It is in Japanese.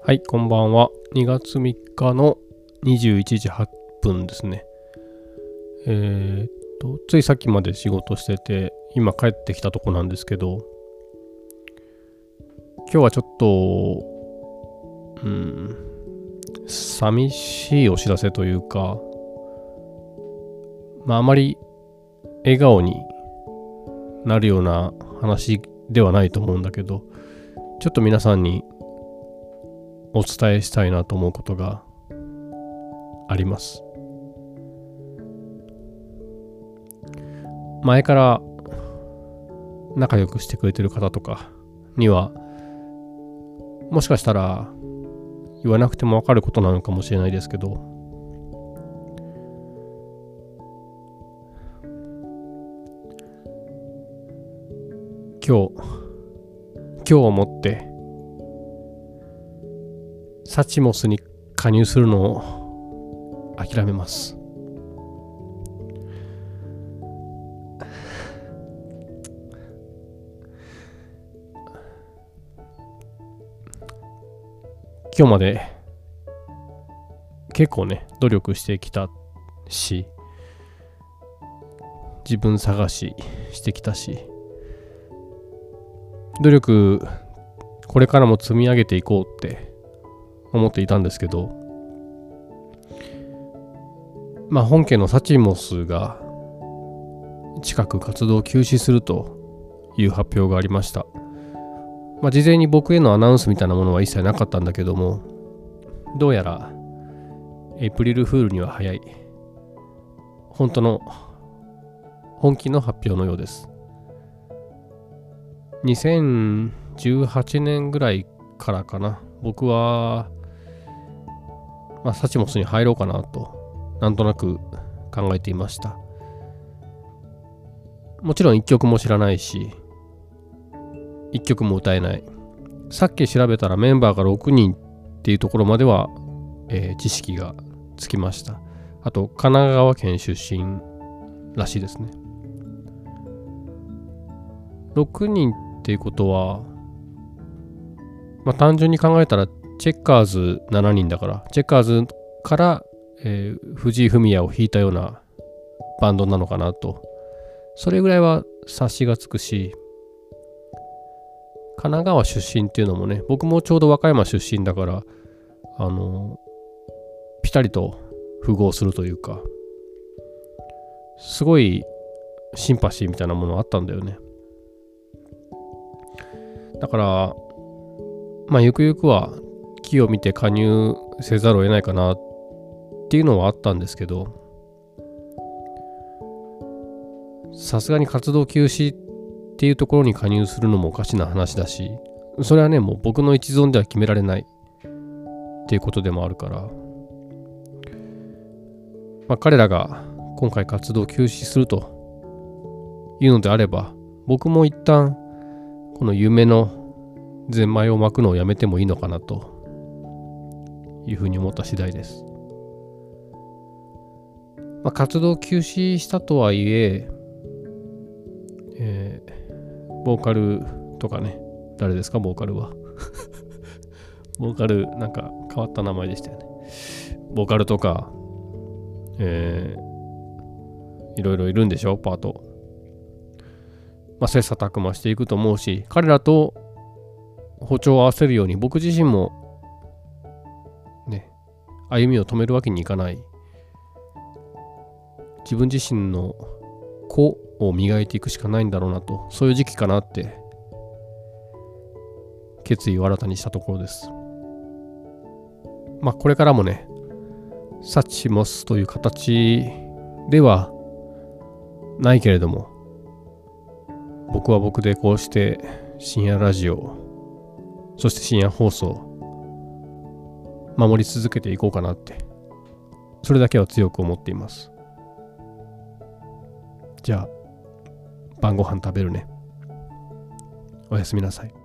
はい、こんばんは。2月3日の21時8分ですね。ついさっきまで仕事してて、今帰ってきたとこなんですけど、今日はちょっと、寂しいお知らせというか、あまり笑顔になるような話ではないと思うんだけど、ちょっと皆さんにお伝えしたいなと思うことがあります。前から仲良くしてくれてる方とかにはもしかしたら言わなくてもわかることなのかもしれないですけど、今日をもってサチモスに加入するのを諦めます。今日まで結構ね努力してきたし、自分探ししてきたし、努力これからも積み上げていこうって思っていたんですけど、本家のサチモスが近く活動を休止するという発表がありました。事前に僕へのアナウンスみたいなものは一切なかったんだけども、どうやらエイプリルフールには早い本気の発表のようです。2018年ぐらいからかな、僕はサチモスに入ろうかなとなんとなく考えていました。もちろん一曲も知らないし、一曲も歌えない。さっき調べたらメンバーが6人っていうところまでは、知識がつきました。あと神奈川県出身らしいですね。6人っていうことは、単純に考えたらチェッカーズ7人だから、チェッカーズから、藤井フミヤを弾いたようなバンドなのかなと、それぐらいは察しがつくし、神奈川出身っていうのもね、僕もちょうど和歌山出身だから、ピタリと符合するというか、すごいシンパシーみたいなものあったんだよね。だからゆくゆくは木を見て加入せざるを得ないかなっていうのはあったんですけど、さすがに活動休止っていうところに加入するのもおかしな話だし、それはねもう僕の一存では決められないっていうことでもあるから、彼らが今回活動休止するというのであれば、僕も一旦この夢のゼンマイを巻くのをやめてもいいのかなというふうに思った次第です。活動休止したとはいえ、ボーカルとかね、誰ですかボーカルはボーカルなんか変わった名前でしたよね。ボーカルとか、いろいろいるんでしょ、パート。切磋琢磨していくと思うし、彼らと歩調を合わせるように僕自身もね、歩みを止めるわけにいかない。自分自身の個を磨いていくしかないんだろうなと、そういう時期かなって決意を新たにしたところです。これからもね、サチモスという形ではないけれども、僕は僕でこうして深夜ラジオ、そして深夜放送守り続けていこうかなって、それだけは強く思っています。じゃあ晩ご飯食べるね。おやすみなさい。